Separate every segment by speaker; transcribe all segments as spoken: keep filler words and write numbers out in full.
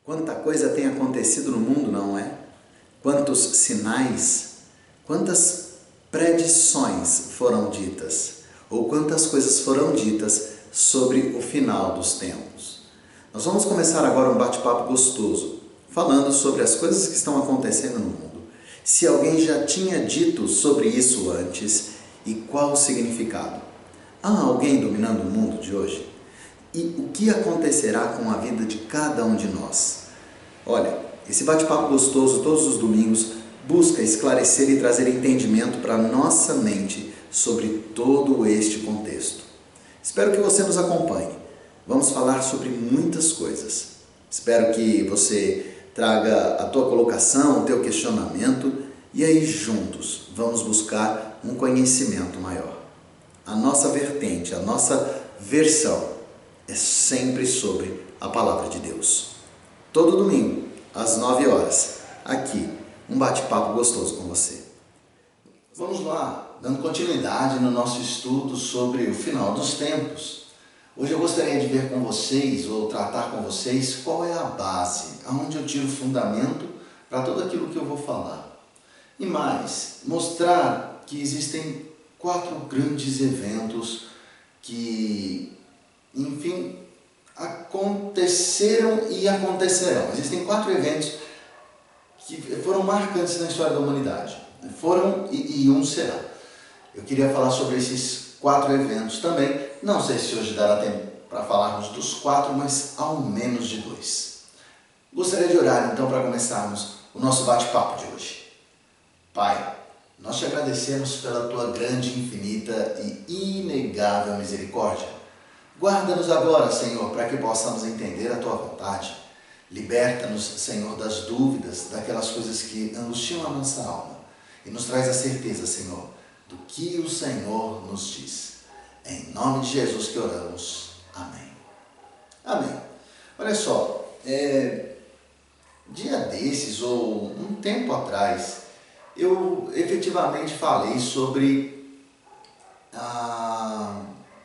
Speaker 1: Quanta coisa tem acontecido no mundo, não é? Quantos sinais, quantas predições foram ditas, ou quantas coisas foram ditas sobre o final dos tempos. Nós vamos começar agora um bate-papo gostoso, falando sobre as coisas que estão acontecendo no mundo. Se alguém já tinha dito sobre isso antes e qual o significado. Há alguém dominando o mundo de hoje? E o que acontecerá com a vida de cada um de nós? Olha, esse bate-papo gostoso todos os domingos busca esclarecer e trazer entendimento para a nossa mente sobre todo este contexto. Espero que você nos acompanhe. Vamos falar sobre muitas coisas. Espero que você traga a tua colocação, o teu questionamento e aí juntos vamos buscar um conhecimento maior. A nossa vertente, a nossa versão é sempre sobre a Palavra de Deus. Todo domingo, às nove horas, aqui, um bate-papo gostoso com você. Vamos lá, dando continuidade no nosso estudo sobre o final dos tempos. Hoje eu gostaria de ver com vocês, ou tratar com vocês, qual é a base, aonde eu tiro o fundamento para tudo aquilo que eu vou falar. E mais, mostrar que existem quatro grandes eventos que, enfim, aconteceram e acontecerão. Existem quatro eventos que foram marcantes na história da humanidade. Foram e, e um será. Eu queria falar sobre esses quatro eventos também. Não sei se hoje dará tempo para falarmos dos quatro, mas ao menos de dois. Gostaria de orar então para começarmos o nosso bate-papo de hoje. Pai, nós te agradecemos pela tua grande, infinita e inegável misericórdia. Guarda-nos agora, Senhor, para que possamos entender a tua vontade. Liberta-nos, Senhor, das dúvidas, daquelas coisas que angustiam a nossa alma. E nos traz a certeza, Senhor, do que o Senhor nos diz. É em nome de Jesus que oramos. Amém. Amém. Olha só, é, dia desses, ou um tempo atrás, eu efetivamente falei sobre a,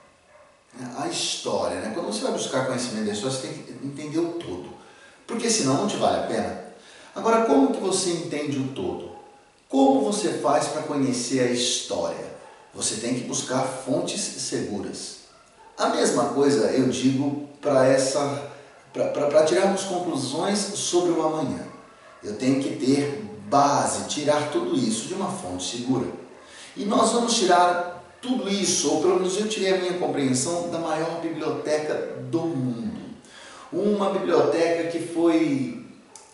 Speaker 1: a história, né? Quando você vai buscar conhecimento da história, você tem que entender o todo, porque senão não te vale a pena. Agora, como que você entende o todo? Como você faz para conhecer a história? Você tem que buscar fontes seguras. A mesma coisa eu digo para essa, para tirarmos conclusões sobre o amanhã. Eu tenho que ter base, tirar tudo isso de uma fonte segura. E nós vamos tirar tudo isso, ou pelo menos eu tirei a minha compreensão, da maior biblioteca do mundo. Uma biblioteca que foi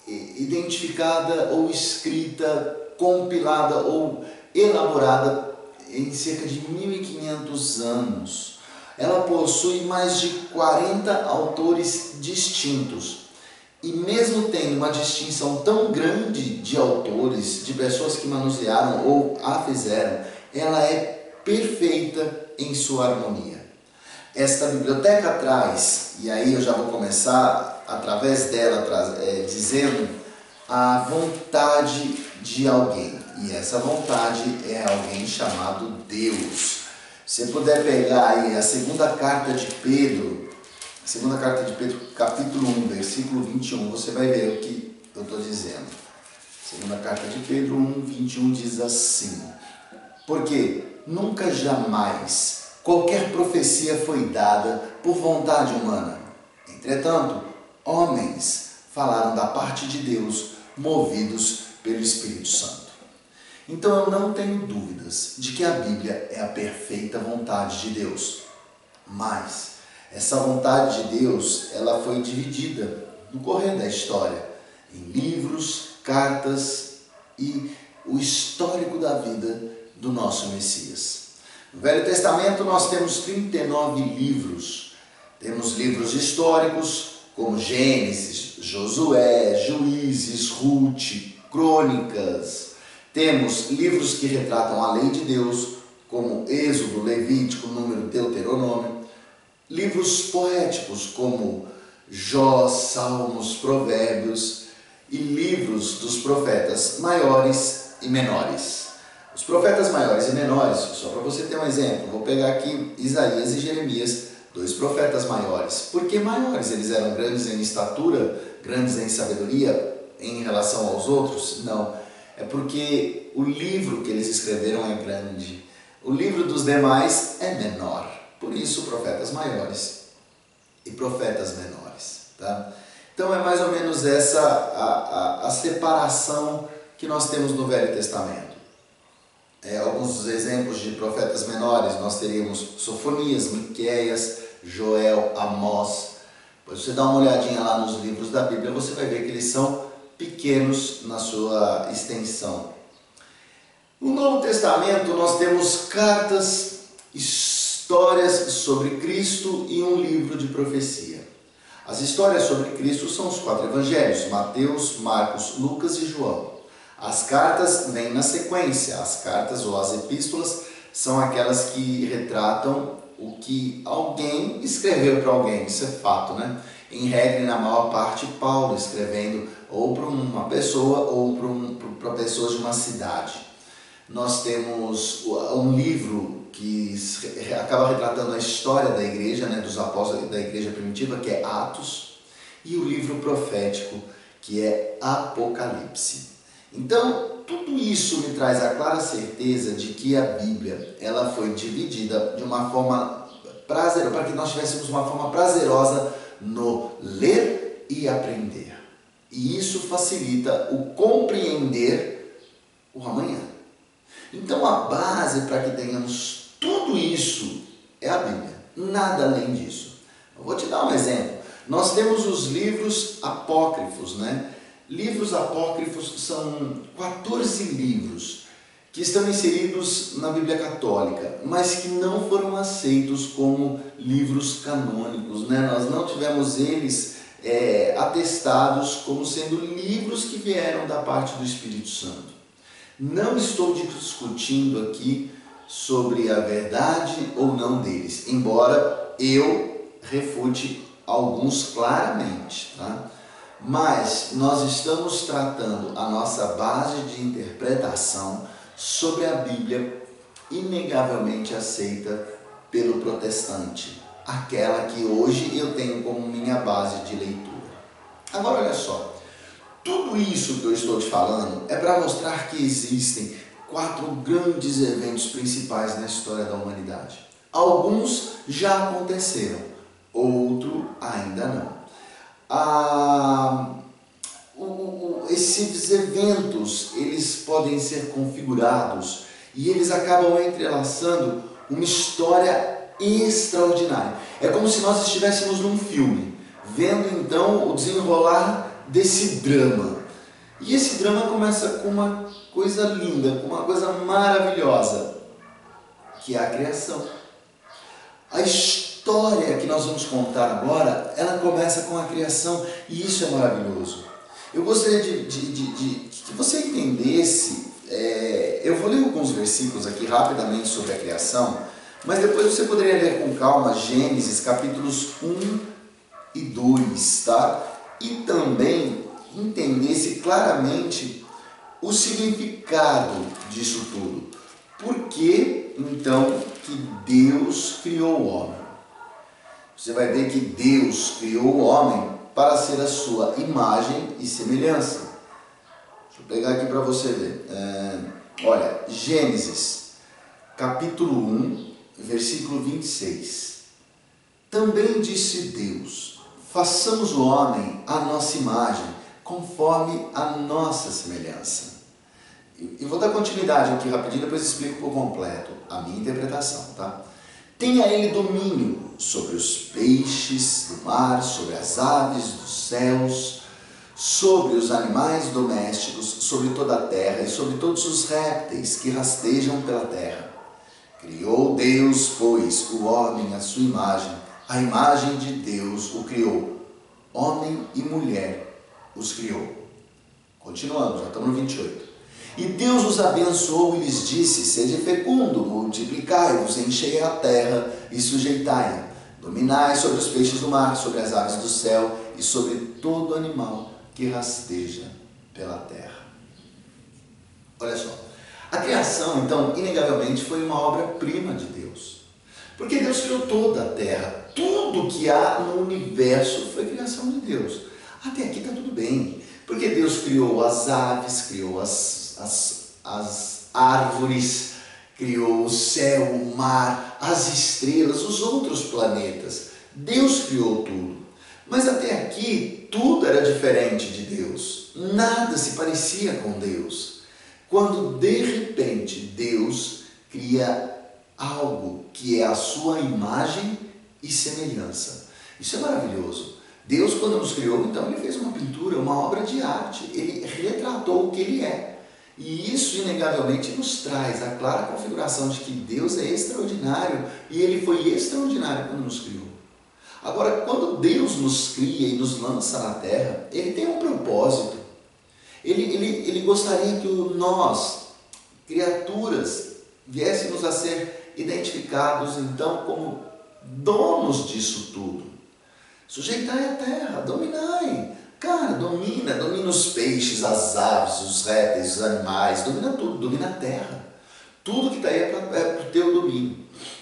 Speaker 1: identificada ou escrita, compilada ou elaborada em cerca de mil e quinhentos anos. Ela possui mais de quarenta autores distintos. E mesmo tendo uma distinção tão grande de autores, de pessoas que manusearam ou a fizeram, ela é perfeita em sua harmonia. Esta biblioteca traz, e aí eu já vou começar através dela é, dizendo a vontade de alguém. E essa vontade é alguém chamado Deus. Se você puder pegar aí a segunda carta de Pedro, a segunda carta de Pedro, capítulo um, versículo vinte e um, você vai ver o que eu estou dizendo. Segunda carta de Pedro um, vinte e um diz assim: porque nunca jamais qualquer profecia foi dada por vontade humana. Entretanto, homens falaram da parte de Deus, movidos pelo Espírito Santo. Então eu não tenho dúvidas de que a Bíblia é a perfeita vontade de Deus. Mas essa vontade de Deus, ela foi dividida no correr da história, em livros, cartas e o histórico da vida do nosso Messias. No Velho Testamento nós temos trinta e nove livros. Temos livros históricos como Gênesis, Josué, Juízes, Ruth, Crônicas. Temos livros que retratam a lei de Deus, como Êxodo, Levítico, Número, Deuteronômio. Livros poéticos como Jó, Salmos, Provérbios. E livros dos profetas maiores e menores. Os profetas maiores e menores, só para você ter um exemplo, vou pegar aqui Isaías e Jeremias, dois profetas maiores. Por que maiores? Eles eram grandes em estatura, grandes em sabedoria em relação aos outros? Não. É porque o livro que eles escreveram é grande. O livro dos demais é menor. Por isso, profetas maiores e profetas menores. Tá? Então é mais ou menos essa a, a, a separação que nós temos no Velho Testamento. É, alguns dos exemplos de profetas menores, nós teríamos Sofonias, Miqueias, Joel, Amós. Pois você dá uma olhadinha lá nos livros da Bíblia, você vai ver que eles são pequenos na sua extensão. No Novo Testamento nós temos cartas, histórias sobre Cristo e um livro de profecia. As histórias sobre Cristo são os quatro evangelhos, Mateus, Marcos, Lucas e João. As cartas vêm na sequência. As cartas ou as epístolas são aquelas que retratam o que alguém escreveu para alguém, isso é fato, né? Em regra, na maior parte, Paulo escrevendo ou para uma pessoa ou para um, para pessoas de uma cidade. Nós temos um livro que acaba retratando a história da igreja, né, dos apóstolos da igreja primitiva, que é Atos, e o livro profético, que é Apocalipse. Então, tudo isso me traz a clara certeza de que a Bíblia ela foi dividida de uma forma prazerosa, para que nós tivéssemos uma forma prazerosa no ler e aprender. E isso facilita o compreender o amanhã. Então, a base para que tenhamos tudo isso é a Bíblia, nada além disso. Eu vou te dar um exemplo. Nós temos os livros apócrifos, né? Livros apócrifos são quatorze livros que estão inseridos na Bíblia Católica, mas que não foram aceitos como livros canônicos, né? Nós não tivemos eles é, atestados como sendo livros que vieram da parte do Espírito Santo. Não estou discutindo aqui sobre a verdade ou não deles, embora eu refute alguns claramente, tá? Mas nós estamos tratando a nossa base de interpretação sobre a Bíblia inegavelmente aceita pelo protestante, aquela que hoje eu tenho como minha base de leitura. Agora olha só, tudo isso que eu estou te falando é para mostrar que existem quatro grandes eventos principais na história da humanidade. Alguns já aconteceram, outro ainda não. Ah, o, o, esses eventos eles podem ser configurados e eles acabam entrelaçando uma história extraordinária. É como se nós estivéssemos num filme, vendo então o desenrolar desse drama. E esse drama começa com uma coisa linda, com uma coisa maravilhosa, que é a criação. A história que nós vamos contar agora, ela começa com a criação, e isso é maravilhoso. Eu gostaria de, de, de, de que você entendesse, é, eu vou ler alguns versículos aqui rapidamente sobre a criação, mas depois você poderia ler com calma Gênesis capítulos um e dois, tá? E também entendesse claramente o significado disso tudo. Por que, então, que Deus criou o homem? Você vai ver que Deus criou o homem para ser a sua imagem e semelhança. Deixa eu pegar aqui para você ver. É, olha, Gênesis, capítulo um, versículo vinte e seis. Também disse Deus, façamos o homem à nossa imagem, conforme a nossa semelhança. E vou dar continuidade aqui rapidinho, depois explico por completo a minha interpretação, tá? Tenha ele domínio sobre os peixes do mar, sobre as aves dos céus, sobre os animais domésticos, sobre toda a terra e sobre todos os répteis que rastejam pela terra. Criou Deus, pois, o homem à sua imagem, a imagem de Deus o criou. Homem e mulher os criou. Continuando, já estamos no vinte e oito. E Deus os abençoou e lhes disse, sede fecundo, multiplicai-vos, enchei a terra e sujeitai-a. Dominai sobre os peixes do mar, sobre as aves do céu e sobre todo animal que rasteja pela terra. Olha só, a criação, então, inegavelmente foi uma obra-prima de Deus. Porque Deus criou toda a terra, tudo que há no universo foi criação de Deus. Até aqui está tudo bem, porque Deus criou as aves, criou as, as, as árvores, criou o céu, o mar, as estrelas, os outros planetas. Deus criou tudo. Mas até aqui, tudo era diferente de Deus. Nada se parecia com Deus. Quando, de repente, Deus cria algo que é a sua imagem e semelhança. Isso é maravilhoso. Deus, quando nos criou, então, Ele fez uma pintura, uma obra de arte. Ele retratou o que Ele é. E isso, inegavelmente, nos traz a clara configuração de que Deus é extraordinário e Ele foi extraordinário quando nos criou. Agora, quando Deus nos cria e nos lança na terra, Ele tem um propósito. Ele, ele, ele gostaria que nós, criaturas, viéssemos a ser identificados, então, como donos disso tudo. Sujeitai a terra, dominai. Cara, domina, domina os peixes, as aves, os répteis, os animais, domina tudo, domina a terra. Tudo que está aí é para o teu domínio.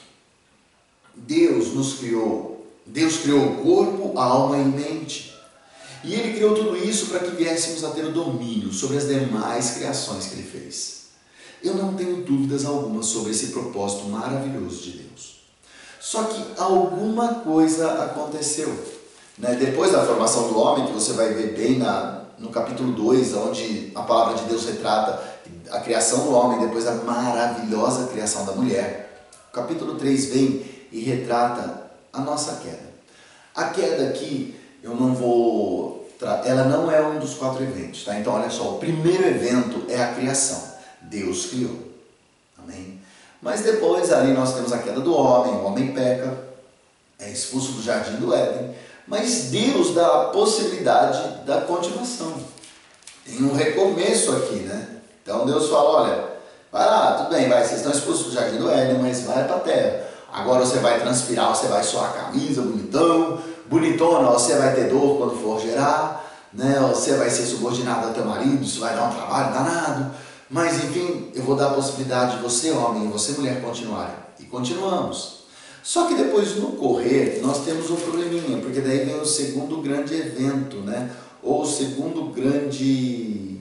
Speaker 1: Deus nos criou, Deus criou o corpo, a alma e a mente. E Ele criou tudo isso para que viéssemos a ter o domínio sobre as demais criações que Ele fez. Eu não tenho dúvidas alguma sobre esse propósito maravilhoso de Deus. Só que alguma coisa aconteceu. Né? Depois da formação do homem, que você vai ver bem na, no capítulo dois, onde a palavra de Deus retrata a criação do homem, depois a maravilhosa criação da mulher. O capítulo três vem e retrata a nossa queda. A queda aqui, eu não vou... ela não é um dos quatro eventos, tá? Então, olha só, o primeiro evento é a criação. Deus criou. Amém? Mas depois ali nós temos a queda do homem, o homem peca, é expulso do jardim do Éden, mas Deus dá a possibilidade da continuação. Tem um recomeço aqui, né? Então Deus fala, olha, vai lá, tudo bem, vai, vocês estão expulsos do jardim do Éden, mas vai para a terra. Agora você vai transpirar, você vai suar a camisa, bonitão, bonitona, você vai ter dor quando for gerar, né? Você vai ser subordinado ao teu marido, isso vai dar um trabalho danado, mas enfim, eu vou dar a possibilidade de você, homem, e você, mulher, continuarem. E continuamos. Só que depois, no correr, nós temos um probleminha, porque daí vem o segundo grande evento, né? Ou o segundo grande...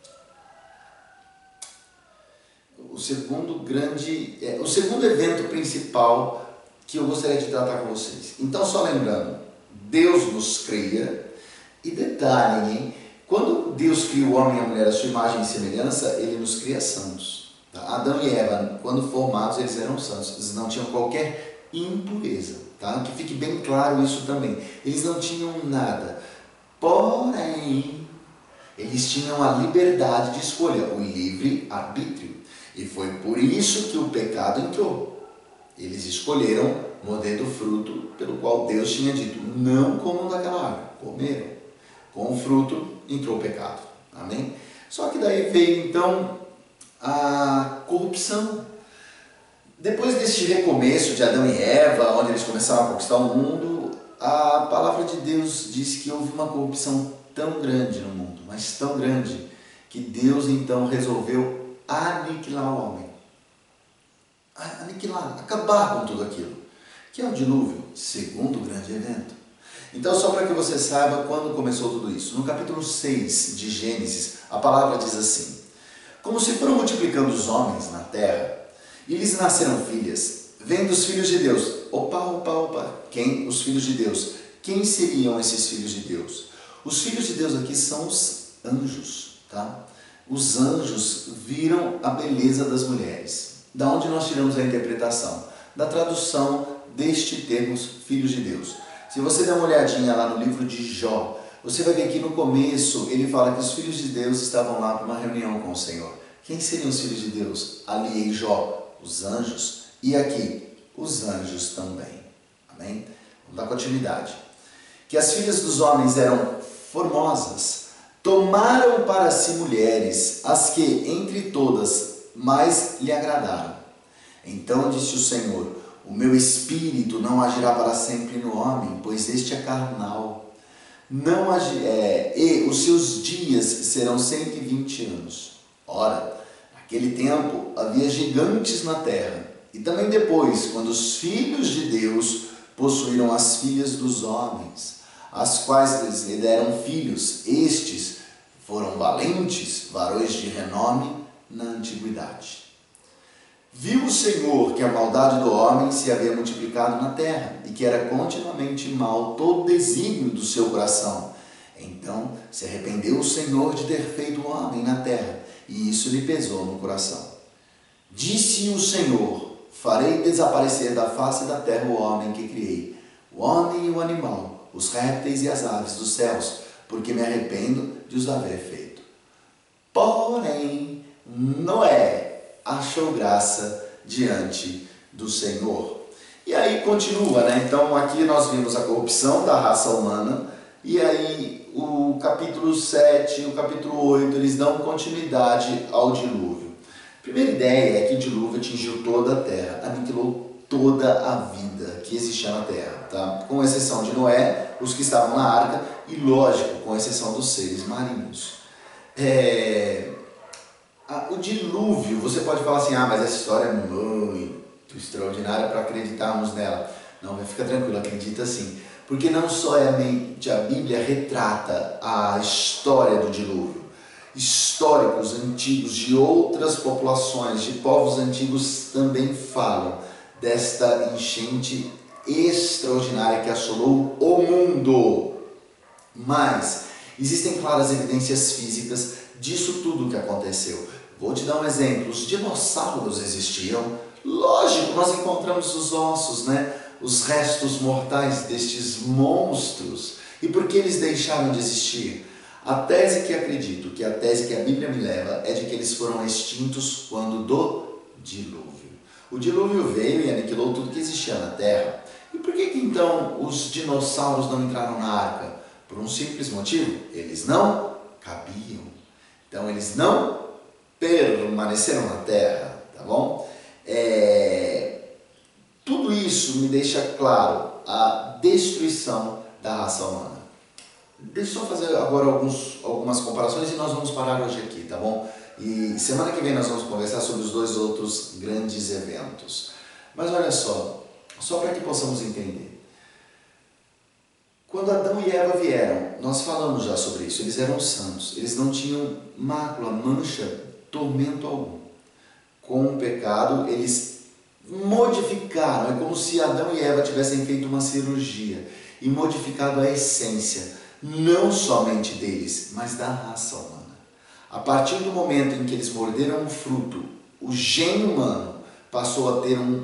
Speaker 1: O segundo grande... É, o segundo evento principal que eu gostaria de tratar com vocês. Então, só lembrando, Deus nos cria, e detalhe, hein? Quando Deus cria o homem e a mulher à sua imagem e semelhança, Ele nos cria santos. Tá? Adão e Eva, quando formados, eles eram santos, eles não tinham qualquer impureza, tá? Que fique bem claro isso também. Eles não tinham nada, porém, eles tinham a liberdade de escolha, o livre-arbítrio. E foi por isso que o pecado entrou. Eles escolheram morder do fruto pelo qual Deus tinha dito, não comam daquela árvore, comeram. Com o fruto entrou o pecado. Amém? Só que daí veio então a corrupção. Depois deste recomeço de Adão e Eva, onde eles começaram a conquistar o mundo, a palavra de Deus diz que houve uma corrupção tão grande no mundo, mas tão grande, que Deus então resolveu aniquilar o homem. Aniquilar, acabar com tudo aquilo. Que é o dilúvio, segundo grande evento. Então, só para que você saiba quando começou tudo isso. No capítulo seis de Gênesis, a palavra diz assim: como se foram multiplicando os homens na terra, e lhes nasceram filhas, vendo os filhos de Deus. Opa, opa, opa. Quem? Os filhos de Deus. Quem seriam esses filhos de Deus? Os filhos de Deus aqui são os anjos, tá? Os anjos viram a beleza das mulheres. Da onde nós tiramos a interpretação? Da tradução deste termo, filhos de Deus. Se você der uma olhadinha lá no livro de Jó, você vai ver que no começo ele fala que os filhos de Deus estavam lá para uma reunião com o Senhor. Quem seriam os filhos de Deus? Ali em Jó, os anjos, e aqui, os anjos também. Amém? Vamos dar continuidade. Que as filhas dos homens eram formosas, tomaram para si mulheres, as que, entre todas, mais lhe agradaram. Então disse o Senhor, o meu espírito não agirá para sempre no homem, pois este é carnal. Não agi, é, e os seus dias serão cento e vinte anos. Ora, naquele tempo havia gigantes na terra. E também depois, quando os filhos de Deus possuíram as filhas dos homens. as quais lhe deram filhos. Estes foram valentes, varões de renome na antiguidade. Viu o Senhor que a maldade do homem se havia multiplicado na terra, e que era continuamente mal todo desígnio do seu coração. Então se arrependeu o Senhor de ter feito o homem na terra, e isso lhe pesou no coração. Disse o Senhor: farei desaparecer da face da terra o homem que criei, o homem e o animal, os répteis e as aves dos céus, porque me arrependo de os haver feito. Porém, Noé achou graça diante do Senhor. E aí continua, né? Então aqui nós vimos a corrupção da raça humana, e aí o capítulo sete e o capítulo oito, eles dão continuidade ao dilúvio. A primeira ideia é que o dilúvio atingiu toda a terra, aniquilou toda a vida que existia na terra, tá? Com exceção de Noé, os que estavam na arca, e lógico, com exceção dos seres marinhos. É... O dilúvio, você pode falar assim, ah, mas essa história é muito extraordinária para acreditarmos nela. Não, fica tranquilo, acredita sim. Porque não somente a Bíblia retrata a história do dilúvio. Históricos antigos de outras populações, de povos antigos, também falam desta enchente extraordinária que assolou o mundo. Mas existem claras evidências físicas disso tudo que aconteceu. Vou te dar um exemplo. Os dinossauros existiam. Lógico, nós encontramos os ossos, né? Os restos mortais destes monstros. E por que eles deixaram de existir? A tese que acredito, que a tese que a Bíblia me leva, é de que eles foram extintos quando do dilúvio. O dilúvio veio e aniquilou tudo que existia na Terra. E por que que então os dinossauros não entraram na arca? Por um simples motivo: eles não cabiam. Então eles não permaneceram na terra, tá bom? É... Tudo isso me deixa claro a destruição da raça humana. Deixa eu só fazer agora alguns, algumas comparações e nós vamos parar hoje aqui, tá bom? E semana que vem nós vamos conversar sobre os dois outros grandes eventos. Mas olha só, só para que possamos entender. Quando Adão e Eva vieram, nós falamos já sobre isso, eles eram santos, eles não tinham mácula, mancha, tormento algum. Com o pecado, eles modificaram, é como se Adão e Eva tivessem feito uma cirurgia e modificado a essência, não somente deles, mas da raça humana. A partir do momento em que eles morderam o fruto, o gene humano passou a ter um,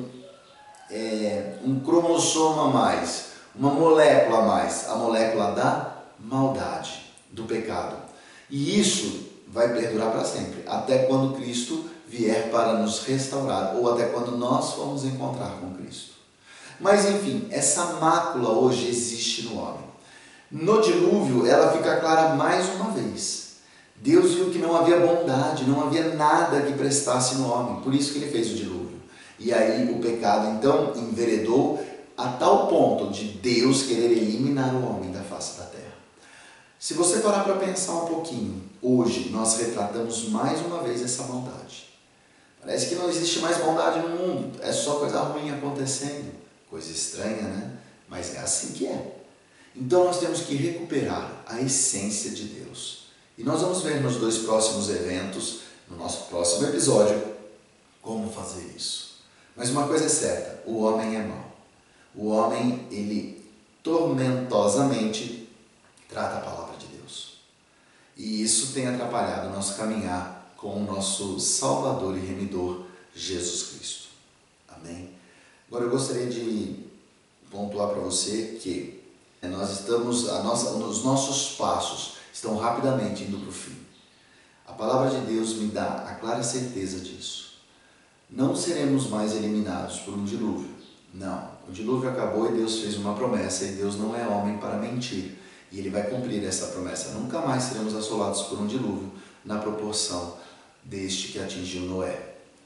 Speaker 1: é, um cromossomo a mais, uma molécula a mais, a molécula da maldade, do pecado. E isso vai perdurar para sempre, até quando Cristo vier para nos restaurar, ou até quando nós formos encontrar com Cristo. Mas enfim, essa mácula hoje existe no homem. No dilúvio, ela fica clara mais uma vez. Deus viu que não havia bondade, não havia nada que prestasse no homem, por isso que ele fez o dilúvio. E aí o pecado então enveredou a tal ponto de Deus querer eliminar o homem da face da terra. Se você parar para pensar um pouquinho, hoje nós retratamos mais uma vez essa maldade. Parece que não existe mais bondade no mundo, é só coisa ruim acontecendo. Coisa estranha, né? Mas é assim que é. Então nós temos que recuperar a essência de Deus. E nós vamos ver nos dois próximos eventos, no nosso próximo episódio, como fazer isso. Mas uma coisa é certa, o homem é mau. O homem, ele tormentosamente trata a palavra de Deus. E isso tem atrapalhado o nosso caminhar com o nosso Salvador e Remidor, Jesus Cristo. Amém? Agora eu gostaria de pontuar para você que nós estamos, a nossa, os nossos passos estão rapidamente indo para o fim. A palavra de Deus me dá a clara certeza disso. Não seremos mais eliminados por um dilúvio. Não, o dilúvio acabou e Deus fez uma promessa, e Deus não é homem para mentir. E Ele vai cumprir essa promessa. Nunca mais seremos assolados por um dilúvio na proporção deste que atingiu Noé.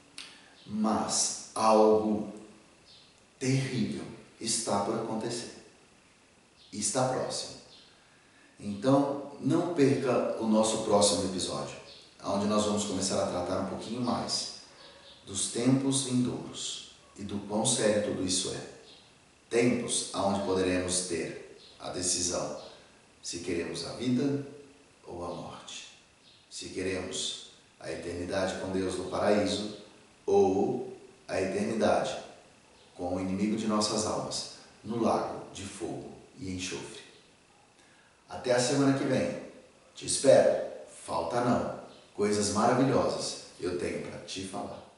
Speaker 1: Mas algo terrível está por acontecer. E está próximo. Então, não perca o nosso próximo episódio, onde nós vamos começar a tratar um pouquinho mais dos tempos vindouros e do quão sério tudo isso é. Tempos onde poderemos ter a decisão se queremos a vida ou a morte, se queremos a eternidade com Deus no paraíso ou a eternidade com o inimigo de nossas almas no lago de fogo e enxofre. Até a semana que vem. Te espero. Falta não. Coisas maravilhosas eu tenho para te falar.